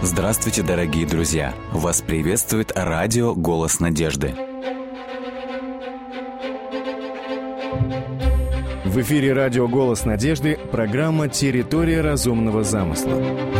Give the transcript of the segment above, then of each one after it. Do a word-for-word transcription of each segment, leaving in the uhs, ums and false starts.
Здравствуйте, дорогие друзья! Вас приветствует радио «Голос надежды». В эфире радио «Голос надежды» программа «Территория разумного замысла».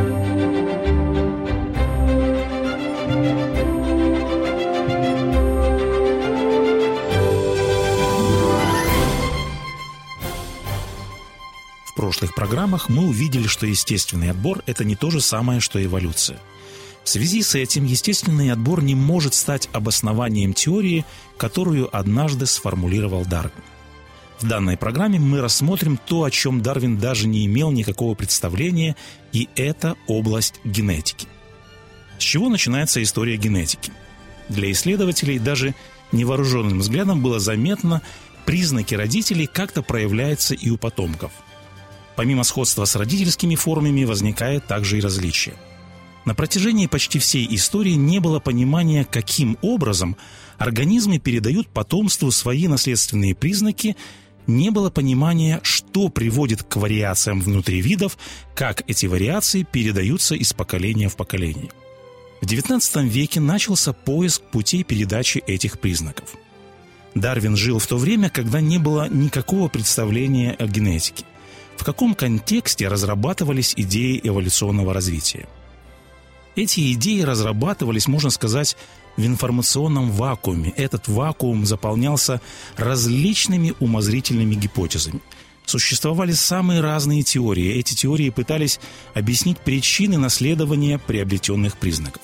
В прошлых программах мы увидели, что естественный отбор – это не то же самое, что эволюция. В связи с этим естественный отбор не может стать обоснованием теории, которую однажды сформулировал Дарвин. В данной программе мы рассмотрим то, о чем Дарвин даже не имел никакого представления, и это область генетики. С чего начинается история генетики? Для исследователей даже невооруженным взглядом было заметно, признаки родителей как-то проявляются и у потомков. Помимо сходства с родительскими формами возникает также и различие. На протяжении почти всей истории не было понимания, каким образом организмы передают потомству свои наследственные признаки, не было понимания, что приводит к вариациям внутри видов, как эти вариации передаются из поколения в поколение. В девятнадцатом веке начался поиск путей передачи этих признаков. Дарвин жил в то время, когда не было никакого представления о генетике. В каком контексте разрабатывались идеи эволюционного развития? Эти идеи разрабатывались, можно сказать, в информационном вакууме. Этот вакуум заполнялся различными умозрительными гипотезами. Существовали самые разные теории. Эти теории пытались объяснить причины наследования приобретенных признаков.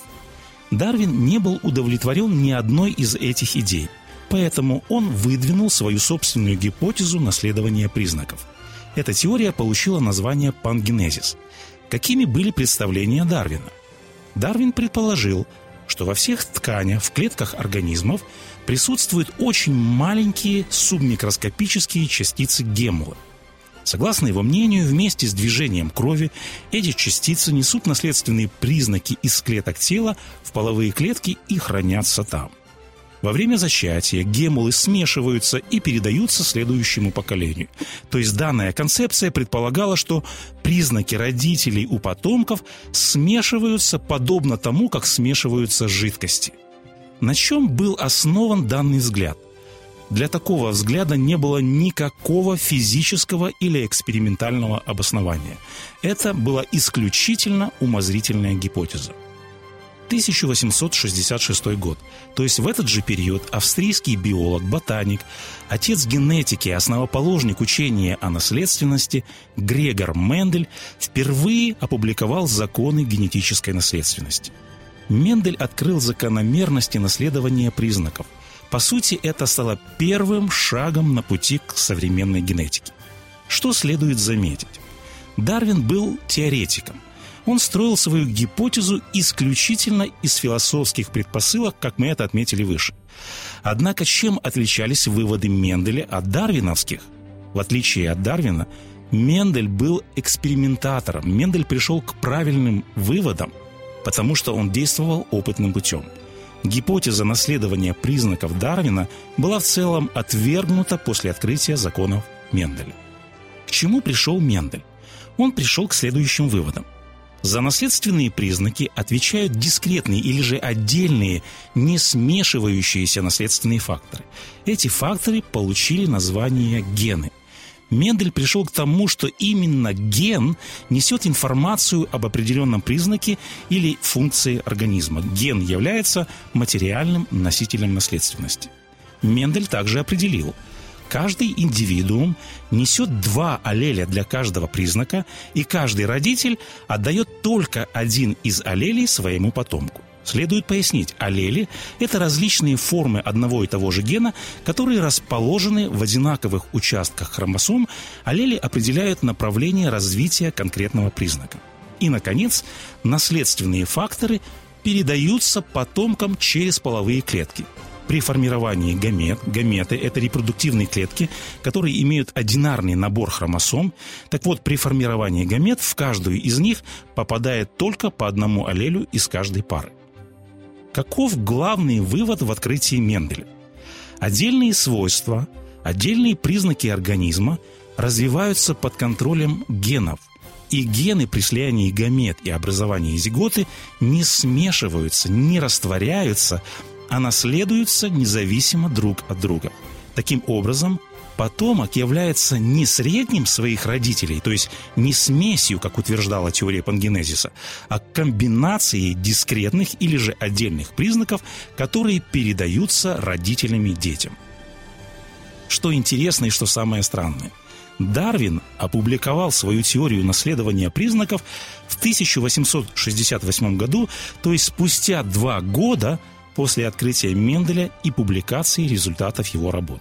Дарвин не был удовлетворен ни одной из этих идей, поэтому он выдвинул свою собственную гипотезу наследования признаков. Эта теория получила название пангенезис. Какими были представления Дарвина? Дарвин предположил, что во всех тканях, в клетках организмов присутствуют очень маленькие субмикроскопические частицы геммулы. Согласно его мнению, вместе с движением крови эти частицы несут наследственные признаки из клеток тела в половые клетки и хранятся там. Во время зачатия геммулы смешиваются и передаются следующему поколению. То есть данная концепция предполагала, что признаки родителей у потомков смешиваются подобно тому, как смешиваются жидкости. На чем был основан данный взгляд? Для такого взгляда не было никакого физического или экспериментального обоснования. Это была исключительно умозрительная гипотеза. тысяча восемьсот шестьдесят шестой год. То есть в этот же период австрийский биолог, ботаник, отец генетики, основоположник учения о наследственности Грегор Мендель впервые опубликовал законы генетической наследственности. Мендель открыл закономерности наследования признаков. По сути, это стало первым шагом на пути к современной генетике. Что следует заметить? Дарвин был теоретиком. Он строил свою гипотезу исключительно из философских предпосылок, как мы это отметили выше. Однако чем отличались выводы Менделя от дарвиновских? В отличие от Дарвина, Мендель был экспериментатором. Мендель пришел к правильным выводам, потому что он действовал опытным путем. Гипотеза наследования признаков Дарвина была в целом отвергнута после открытия законов Менделя. К чему пришел Мендель? Он пришел к следующим выводам. За наследственные признаки отвечают дискретные или же отдельные, не смешивающиеся наследственные факторы. Эти факторы получили название гены. Мендель пришел к тому, что именно ген несет информацию об определенном признаке или функции организма. Ген является материальным носителем наследственности. Мендель также определил: каждый индивидуум несет два аллеля для каждого признака, и каждый родитель отдает только один из аллелей своему потомку. Следует пояснить, аллели – это различные формы одного и того же гена, которые расположены в одинаковых участках хромосом. Аллели определяют направление развития конкретного признака. И, наконец, наследственные факторы передаются потомкам через половые клетки. При формировании гамет, гаметы – это репродуктивные клетки, которые имеют одинарный набор хромосом. Так вот, при формировании гамет в каждую из них попадает только по одному аллелю из каждой пары. Каков главный вывод в открытии Менделя? Отдельные свойства, отдельные признаки организма развиваются под контролем генов, И гены при слиянии гамет и образовании зиготы не смешиваются, не растворяются, а наследуются независимо друг от друга. Таким образом, потомок является не средним своих родителей, то есть не смесью, как утверждала теория пангенезиса, а комбинацией дискретных или же отдельных признаков, которые передаются родителями детям. Что интересно и что самое странное, Дарвин опубликовал свою теорию наследования признаков в тысяча восемьсот шестьдесят восьмом году, то есть спустя два года после открытия Менделя и публикации результатов его работ.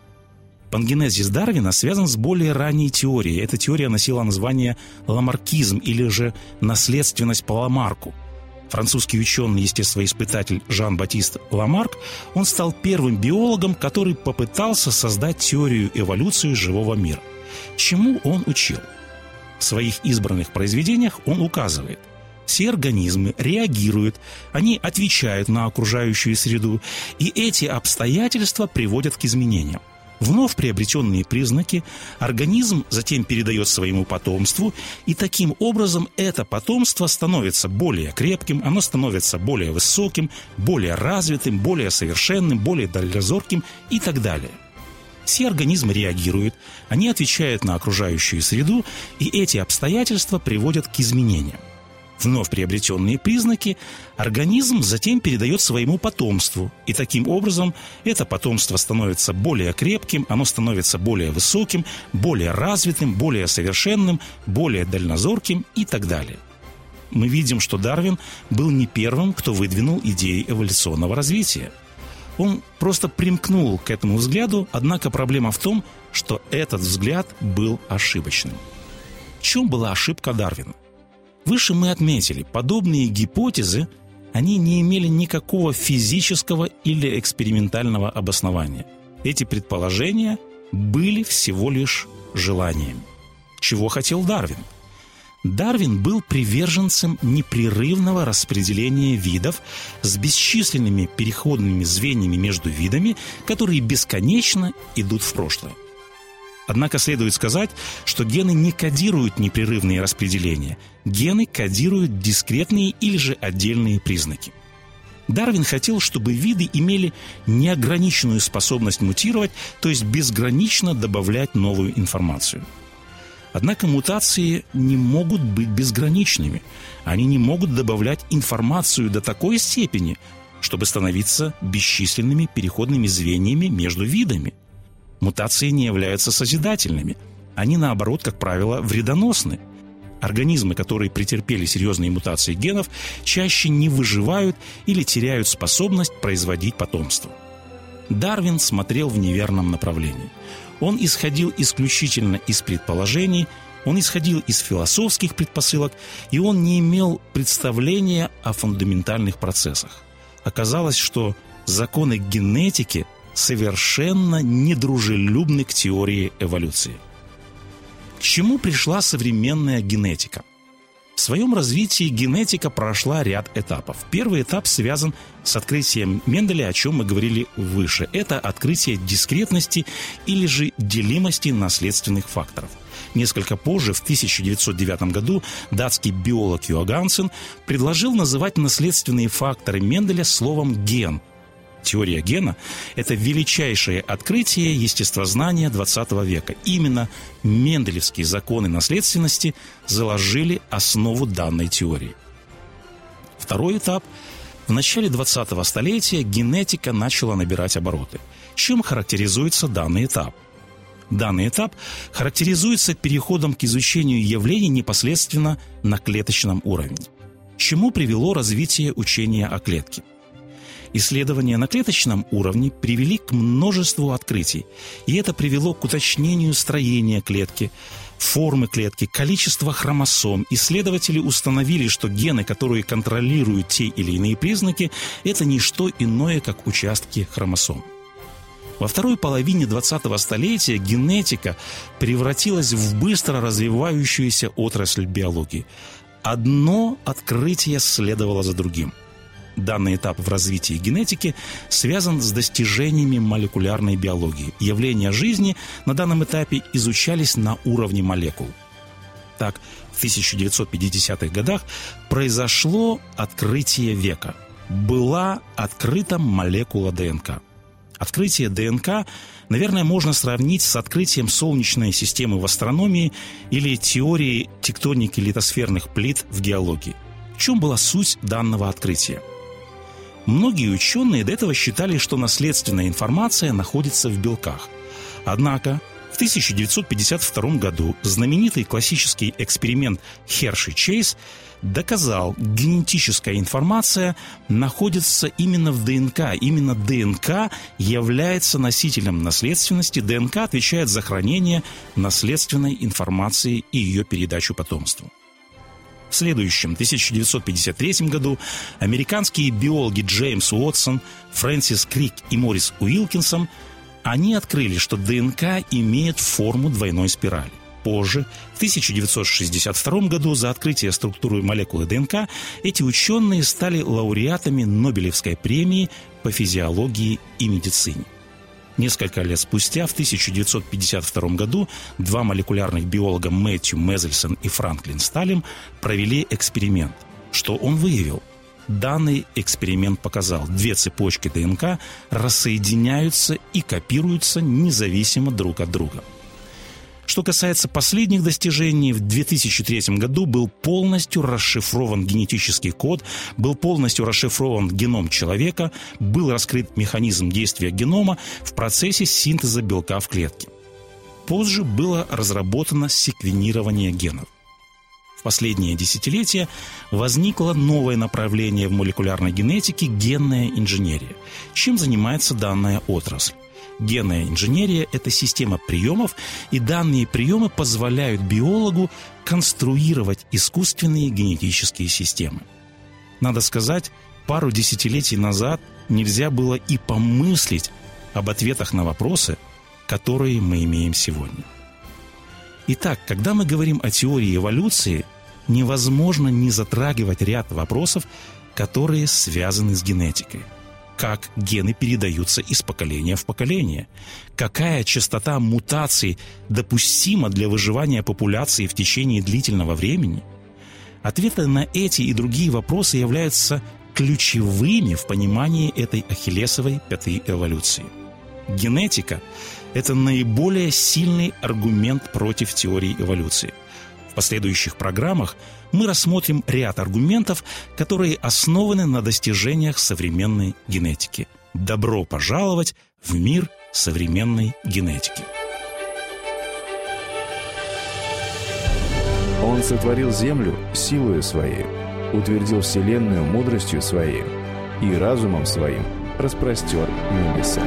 Пангенезис Дарвина связан с более ранней теорией. Эта теория носила название ламаркизм или же наследственность по Ламарку. Французский ученый-естествоиспытатель Жан-Батист Ламарк, он стал первым биологом, который попытался создать теорию эволюции живого мира. Чему он учил? В своих избранных произведениях он указывает: все организмы реагируют, они отвечают на окружающую среду, и эти обстоятельства приводят к изменениям. Вновь приобретенные признаки организм затем передает своему потомству, и таким образом это потомство становится более крепким, оно становится более высоким, более развитым, более совершенным, более дальнозорким и так далее. Все организмы реагируют, они отвечают на окружающую среду, и эти обстоятельства приводят к изменениям. Вновь приобретенные признаки организм затем передает своему потомству, и таким образом это потомство становится более крепким, оно становится более высоким, более развитым, более совершенным, более дальнозорким и так далее. Мы видим, что Дарвин был не первым, кто выдвинул идеи эволюционного развития. Он просто примкнул к этому взгляду, однако проблема в том, что этот взгляд был ошибочным. В чем была ошибка Дарвина? Выше мы отметили, подобные гипотезы, они не имели никакого физического или экспериментального обоснования. Эти предположения были всего лишь желанием. Чего хотел Дарвин? Дарвин был приверженцем непрерывного распределения видов с бесчисленными переходными звеньями между видами, которые бесконечно идут в прошлое. Однако следует сказать, что гены не кодируют непрерывные распределения. Гены кодируют дискретные или же отдельные признаки. Дарвин хотел, чтобы виды имели неограниченную способность мутировать, то есть безгранично добавлять новую информацию. Однако мутации не могут быть безграничными. Они не могут добавлять информацию до такой степени, чтобы становиться бесчисленными переходными звеньями между видами. Мутации не являются созидательными. Они, наоборот, как правило, вредоносны. Организмы, которые претерпели серьезные мутации генов, чаще не выживают или теряют способность производить потомство. Дарвин смотрел в неверном направлении. Он исходил исключительно из предположений, он исходил из философских предпосылок, и он не имел представления о фундаментальных процессах. Оказалось, что законы генетики совершенно недружелюбны к теории эволюции. К чему пришла современная генетика? В своем развитии генетика прошла ряд этапов. Первый этап связан с открытием Менделя, о чем мы говорили выше. Это открытие дискретности или же делимости наследственных факторов. Несколько позже, в тысяча девятьсот девятом году, датский биолог Йогансен предложил называть наследственные факторы Менделя словом «ген». Теория гена – это величайшее открытие естествознания двадцатого века. Именно менделевские законы наследственности заложили основу данной теории. Второй этап. В начале двадцатого столетия генетика начала набирать обороты. Чем характеризуется данный этап? Данный этап характеризуется переходом к изучению явлений непосредственно на клеточном уровне. К чему привело развитие учения о клетке? Исследования на клеточном уровне привели к множеству открытий, и это привело к уточнению строения клетки, формы клетки, количества хромосом. Исследователи установили, что гены, которые контролируют те или иные признаки, это не что иное, как участки хромосом. Во второй половине двадцатого столетия генетика превратилась в быстро развивающуюся отрасль биологии. Одно открытие следовало за другим. Данный этап в развитии генетики связан с достижениями молекулярной биологии. Явления жизни на данном этапе изучались на уровне молекул. Так, в тысяча девятьсот пятидесятых годах произошло открытие века. Была открыта молекула ДНК. Открытие ДНК, наверное, можно сравнить с открытием Солнечной системы в астрономии или теорией тектоники литосферных плит в геологии. В чем была суть данного открытия? Многие ученые до этого считали, что наследственная информация находится в белках. Однако в тысяча девятьсот пятьдесят втором году знаменитый классический эксперимент Херши-Чейз доказал, генетическая информация находится именно в ДНК. Именно ДНК является носителем наследственности. ДНК отвечает за хранение наследственной информации и ее передачу потомству. В следующем, тысяча девятьсот пятьдесят третьем году, американские биологи Джеймс Уотсон, Фрэнсис Крик и Морис Уилкинсон, они открыли, что ДНК имеет форму двойной спирали. Позже, в тысяча девятьсот шестьдесят втором году, за открытие структуры молекулы ДНК, эти ученые стали лауреатами Нобелевской премии по физиологии и медицине. Несколько лет спустя, в тысяча девятьсот пятьдесят втором году, два молекулярных биолога Мэтью Мезельсон и Франклин Сталем провели эксперимент. Что он выявил? Данный эксперимент показал, две цепочки ДНК рассоединяются и копируются независимо друг от друга. Что касается последних достижений, в две тысячи третьем году был полностью расшифрован генетический код, был полностью расшифрован геном человека, был раскрыт механизм действия генома в процессе синтеза белка в клетке. Позже было разработано секвенирование генов. В последние десятилетия возникло новое направление в молекулярной генетике – генная инженерия. Чем занимается данная отрасль? Генная инженерия – это система приемов, и данные приемы позволяют биологу конструировать искусственные генетические системы. Надо сказать, пару десятилетий назад нельзя было и помыслить об ответах на вопросы, которые мы имеем сегодня. Итак, когда мы говорим о теории эволюции, невозможно не затрагивать ряд вопросов, которые связаны с генетикой. Как гены передаются из поколения в поколение? Какая частота мутаций допустима для выживания популяции в течение длительного времени? Ответы на эти и другие вопросы являются ключевыми в понимании этой ахиллесовой пяты эволюции. Генетика – это наиболее сильный аргумент против теории эволюции. В последующих программах мы рассмотрим ряд аргументов, которые основаны на достижениях современной генетики. Добро пожаловать в мир современной генетики. Он сотворил землю силою своей, утвердил вселенную мудростью своей и разумом своим распростер небеса.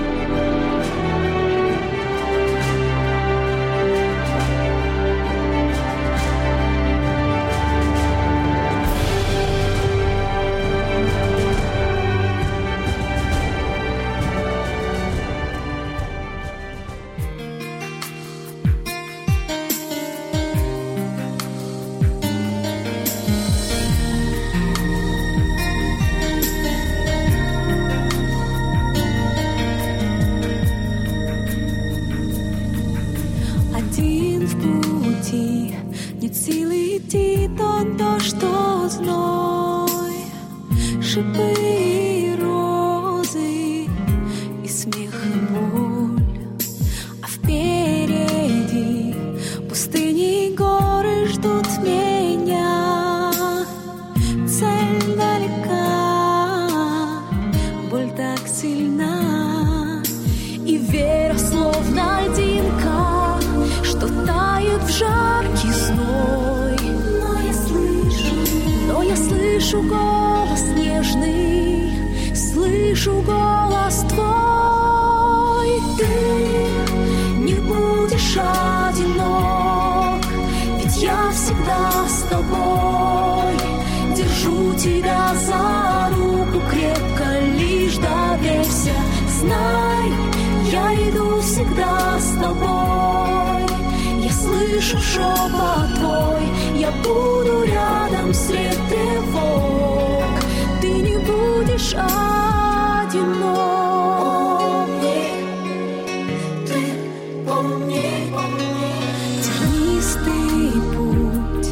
Шипы и розы, и смех, и боль, а впереди пустыни и горы ждут меня. Цель далека, боль так сильна, и вера словно льдинка, что тает в жаркий зной. Но я слышу, но я слышу голос нежный, слышу голос твой. Ты не будешь одинок, ведь я всегда с тобой. Держу тебя за руку крепко, лишь доверься. Знай, я иду всегда с тобой. Я слышу шепот твой, я буду рядом средь тревог. Ты не будешь одинок. Помни, ты помни, помни. Тернистый путь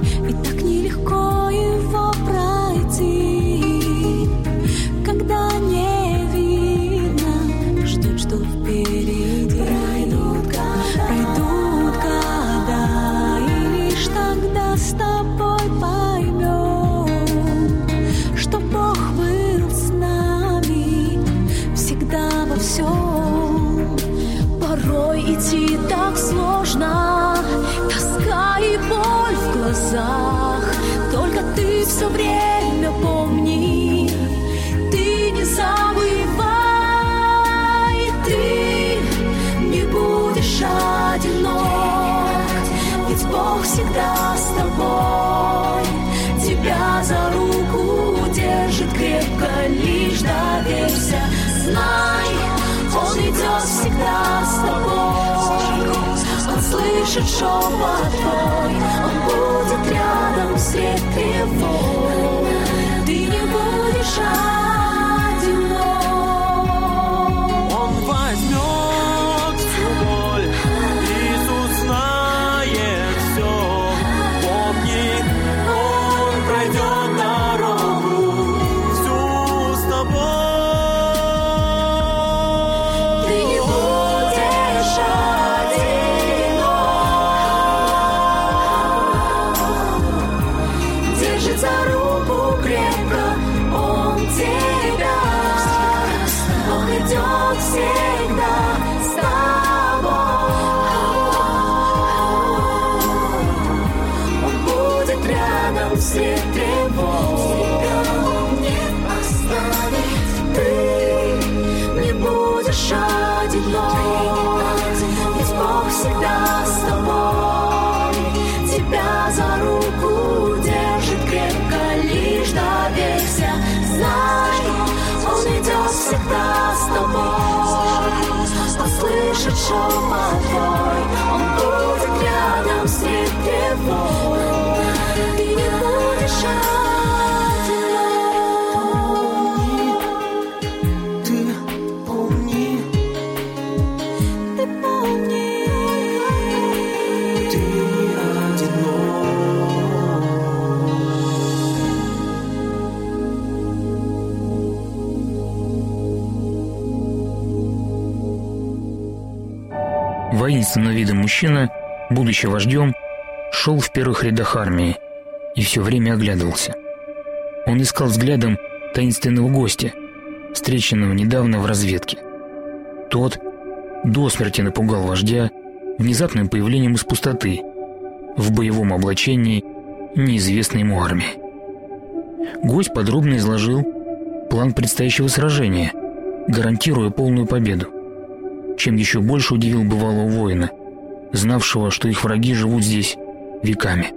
Порой идти так сложно, тоска и боль в глазах. Только ты все время помни, ты не забывай, ты не будешь одинок, ведь Бог всегда с тобой. Тебя за руку держит крепко, лишь доверься. Знай, Он идет всегда с тобой. Он слышит шепот твой, Он будет рядом в свет тревог. Ты не будешь одинок. Он возьмет всю боль, Иисус знает все. Помни, Он пройдет дорогу всю с тобой. Ты не будешь одинок. Держит за руку крепко Он тебя. Бог идет всегда с тобой. Он будет рядом в свет тревог. Не оставит. Ты не будешь одинок, ведь Бог всегда с тобой. Тебя за руку держит крепко, лишь доверься. Знай, Он идет всегда с тобой. Он слышит шепот твой, Он будет рядом в свет тревог. Ты не будешь одинок. Ты помни, Ты помни, ты одинок. Воинственного вида мужчина, будучи вождем, шел в первых рядах армии и все время оглядывался. Он искал взглядом таинственного гостя, встреченного недавно в разведке. Тот до смерти напугал вождя внезапным появлением из пустоты в боевом облачении неизвестной ему армии. Гость подробно изложил план предстоящего сражения, гарантируя полную победу, чем еще больше удивил бывалого воина, знавшего, что их враги живут здесь веками.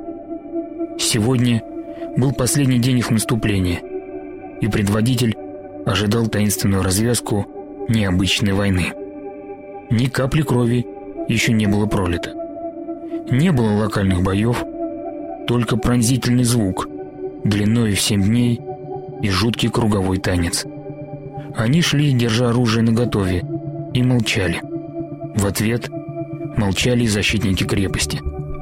Сегодня был последний день их наступления, и предводитель ожидал таинственную развязку необычной войны. Ни капли крови еще не было пролито. Не было локальных боев, только пронзительный звук, длиной в семь дней и жуткий круговой танец. Они шли, держа оружие наготове, и молчали. В ответ молчали и защитники крепости.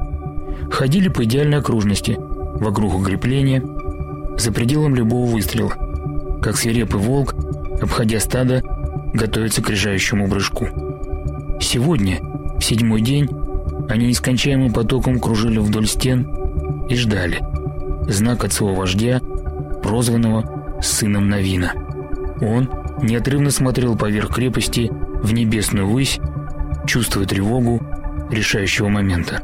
Ходили по идеальной окружности, вокруг укрепления, за пределом любого выстрела, как свирепый волк, обходя стадо, готовится к решающему прыжку. Сегодня, в седьмой день, они нескончаемым потоком кружили вдоль стен и ждали знак от своего вождя, прозванного сыном Навина. Он неотрывно смотрел поверх крепости в небесную высь, чувствуя тревогу решающего момента.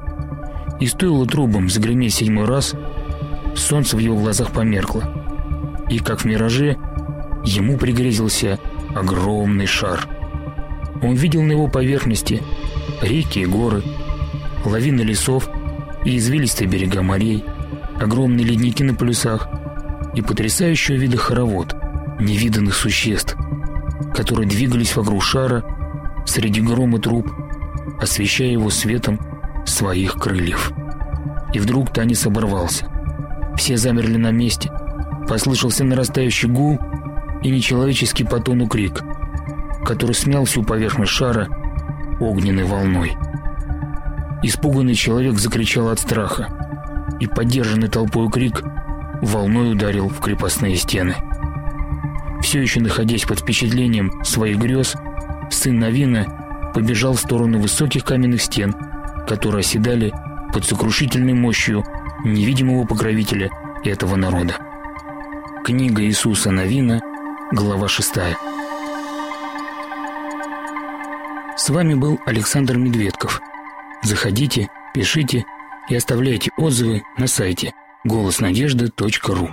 И стоило трубам загреметь седьмой раз, солнце в его глазах померкло, и, как в мираже, ему пригрезился огромный шар. Он видел на его поверхности реки и горы, лавины лесов и извилистые берега морей, огромные ледники на полюсах и потрясающего вида хоровод невиданных существ, которые двигались вокруг шара среди грома труб, освещая его светом своих крыльев. И вдруг танец оборвался. Все замерли на месте. Послышался нарастающий гул и нечеловеческий по тону крик, который смял всю поверхность шара огненной волной. Испуганный человек закричал от страха, и поддержанный толпой крик волной ударил в крепостные стены. Все еще находясь под впечатлением своих грез, сын Навина побежал в сторону высоких каменных стен, которые оседали под сокрушительной мощью невидимого покровителя этого народа. Книга Иисуса Навина, глава шестая. С вами был Александр Медведков. Заходите, пишите и оставляйте отзывы на сайте голос надежды точка ру.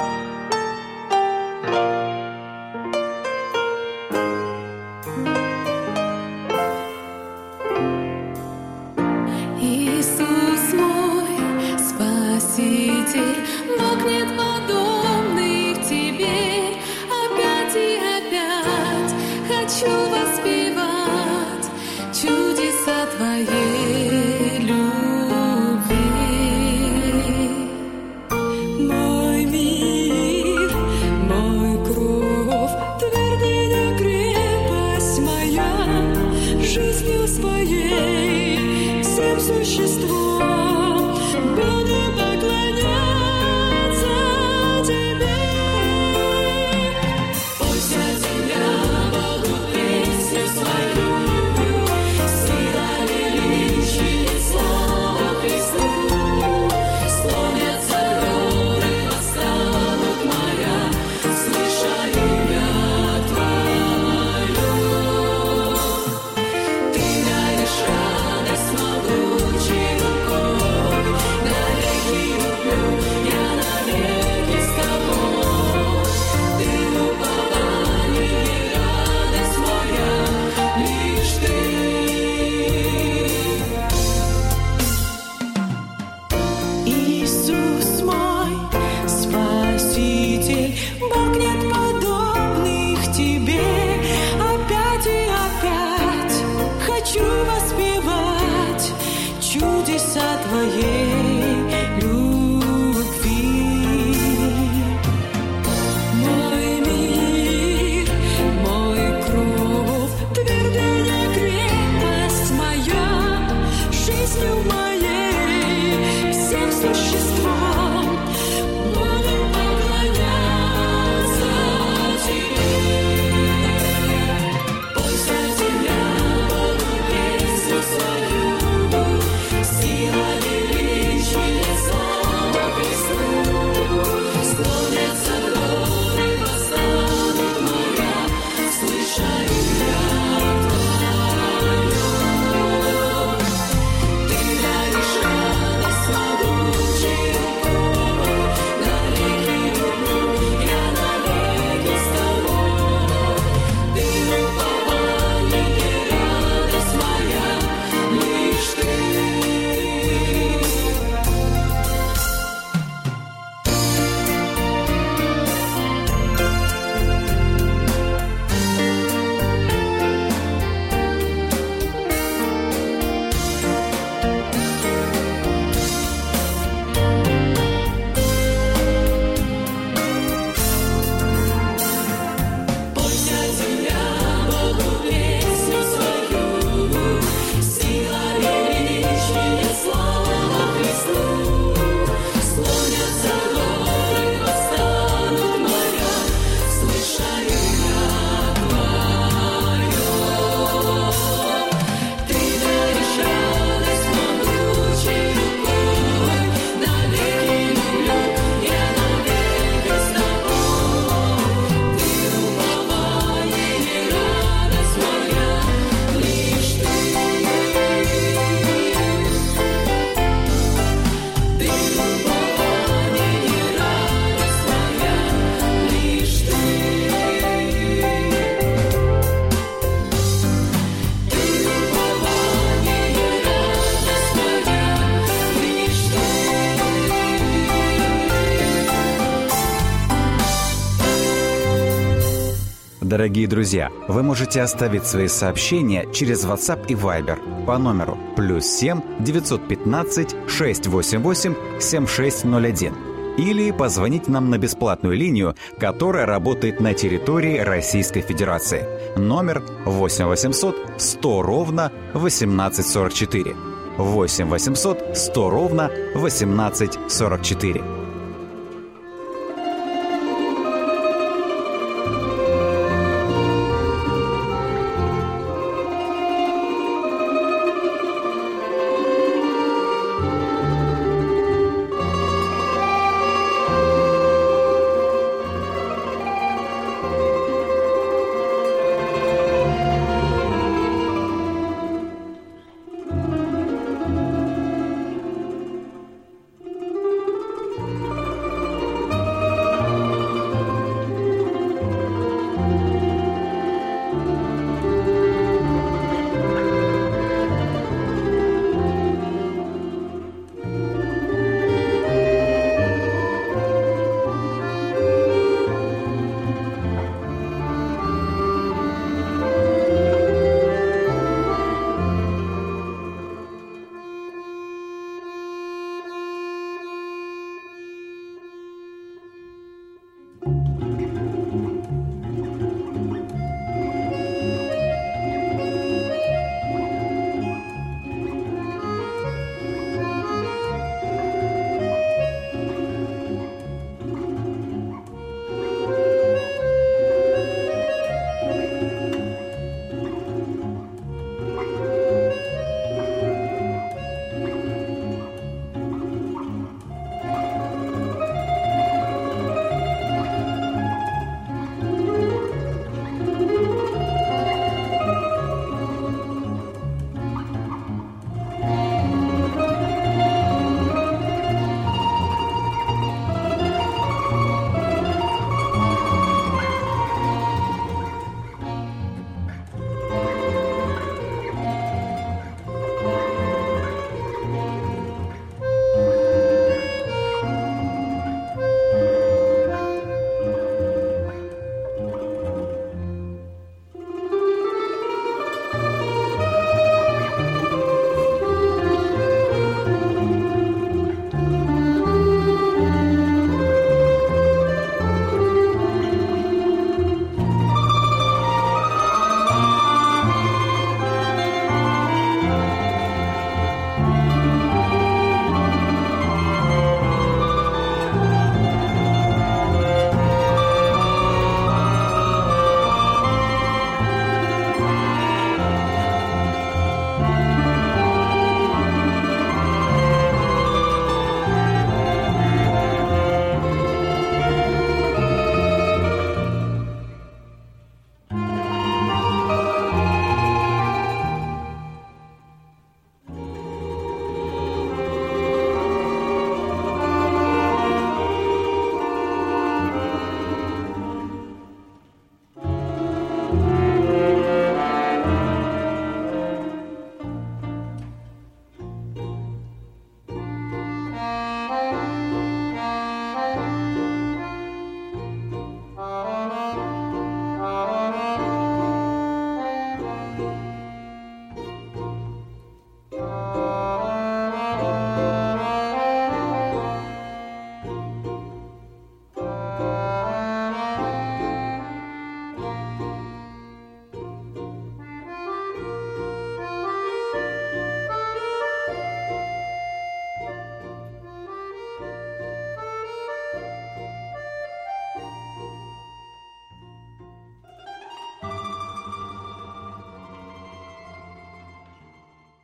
Иисус мой, Спаситель, Бог нет подобных Тебе. Опять и опять хочу воспевать чудеса Твоей любви. Мой мир, мой кров, твердыня, крепость моя, жизнью своей, всем существом буду поклоняться Тебе. Пусть земля Богу песню свою, сила величия и слава Христу. Склонятся горы, восстанут моря, слыша имя Твое. Ты даешь радость могучей рукой, навеки люблю, я навеки с Тобой. Ты упование, радость моя, лишь Ты. Иисус мой, Спаситель, Бог нет подобных Тебе. Опять и опять хочу воспевать чудеса Твоей любви. Мой мир, мой кров, твердыня, крепость моя, жизнью моей, всем существом буду поклоняться Тебе. Пусть земля Богу песню свою, сила величия, слава Христу. Склонятся горы, восстанут моря, слыша имя Твое. Ты даешь радость могучей рукой, навеки люблю, я навеки с Тобой. Ты упование, радость моя, лишь Ты. Пусть земля Богу песню свою, сила величия, слава Христу. Склонятся горы, восстанут моря, слыша имя Твое. Ты даешь радость могучей рукой, навеки люблю, я навеки с Тобой. Ты упование, радость моя, лишь Ты. Ты упование, радость моя, лишь Ты. Ты упование, радость моя, лишь Ты. Дорогие друзья, вы можете оставить свои сообщения через WhatsApp и Viber по номеру плюс семь девятьсот пятнадцать шестьсот восемьдесят восемь семьдесят шесть ноль один или позвонить нам на бесплатную линию, которая работает на территории Российской Федерации. Номер восемь восемьсот сто ровно восемнадцать сорок четыре. восемь восемьсот сто ровно восемнадцать сорок четыре.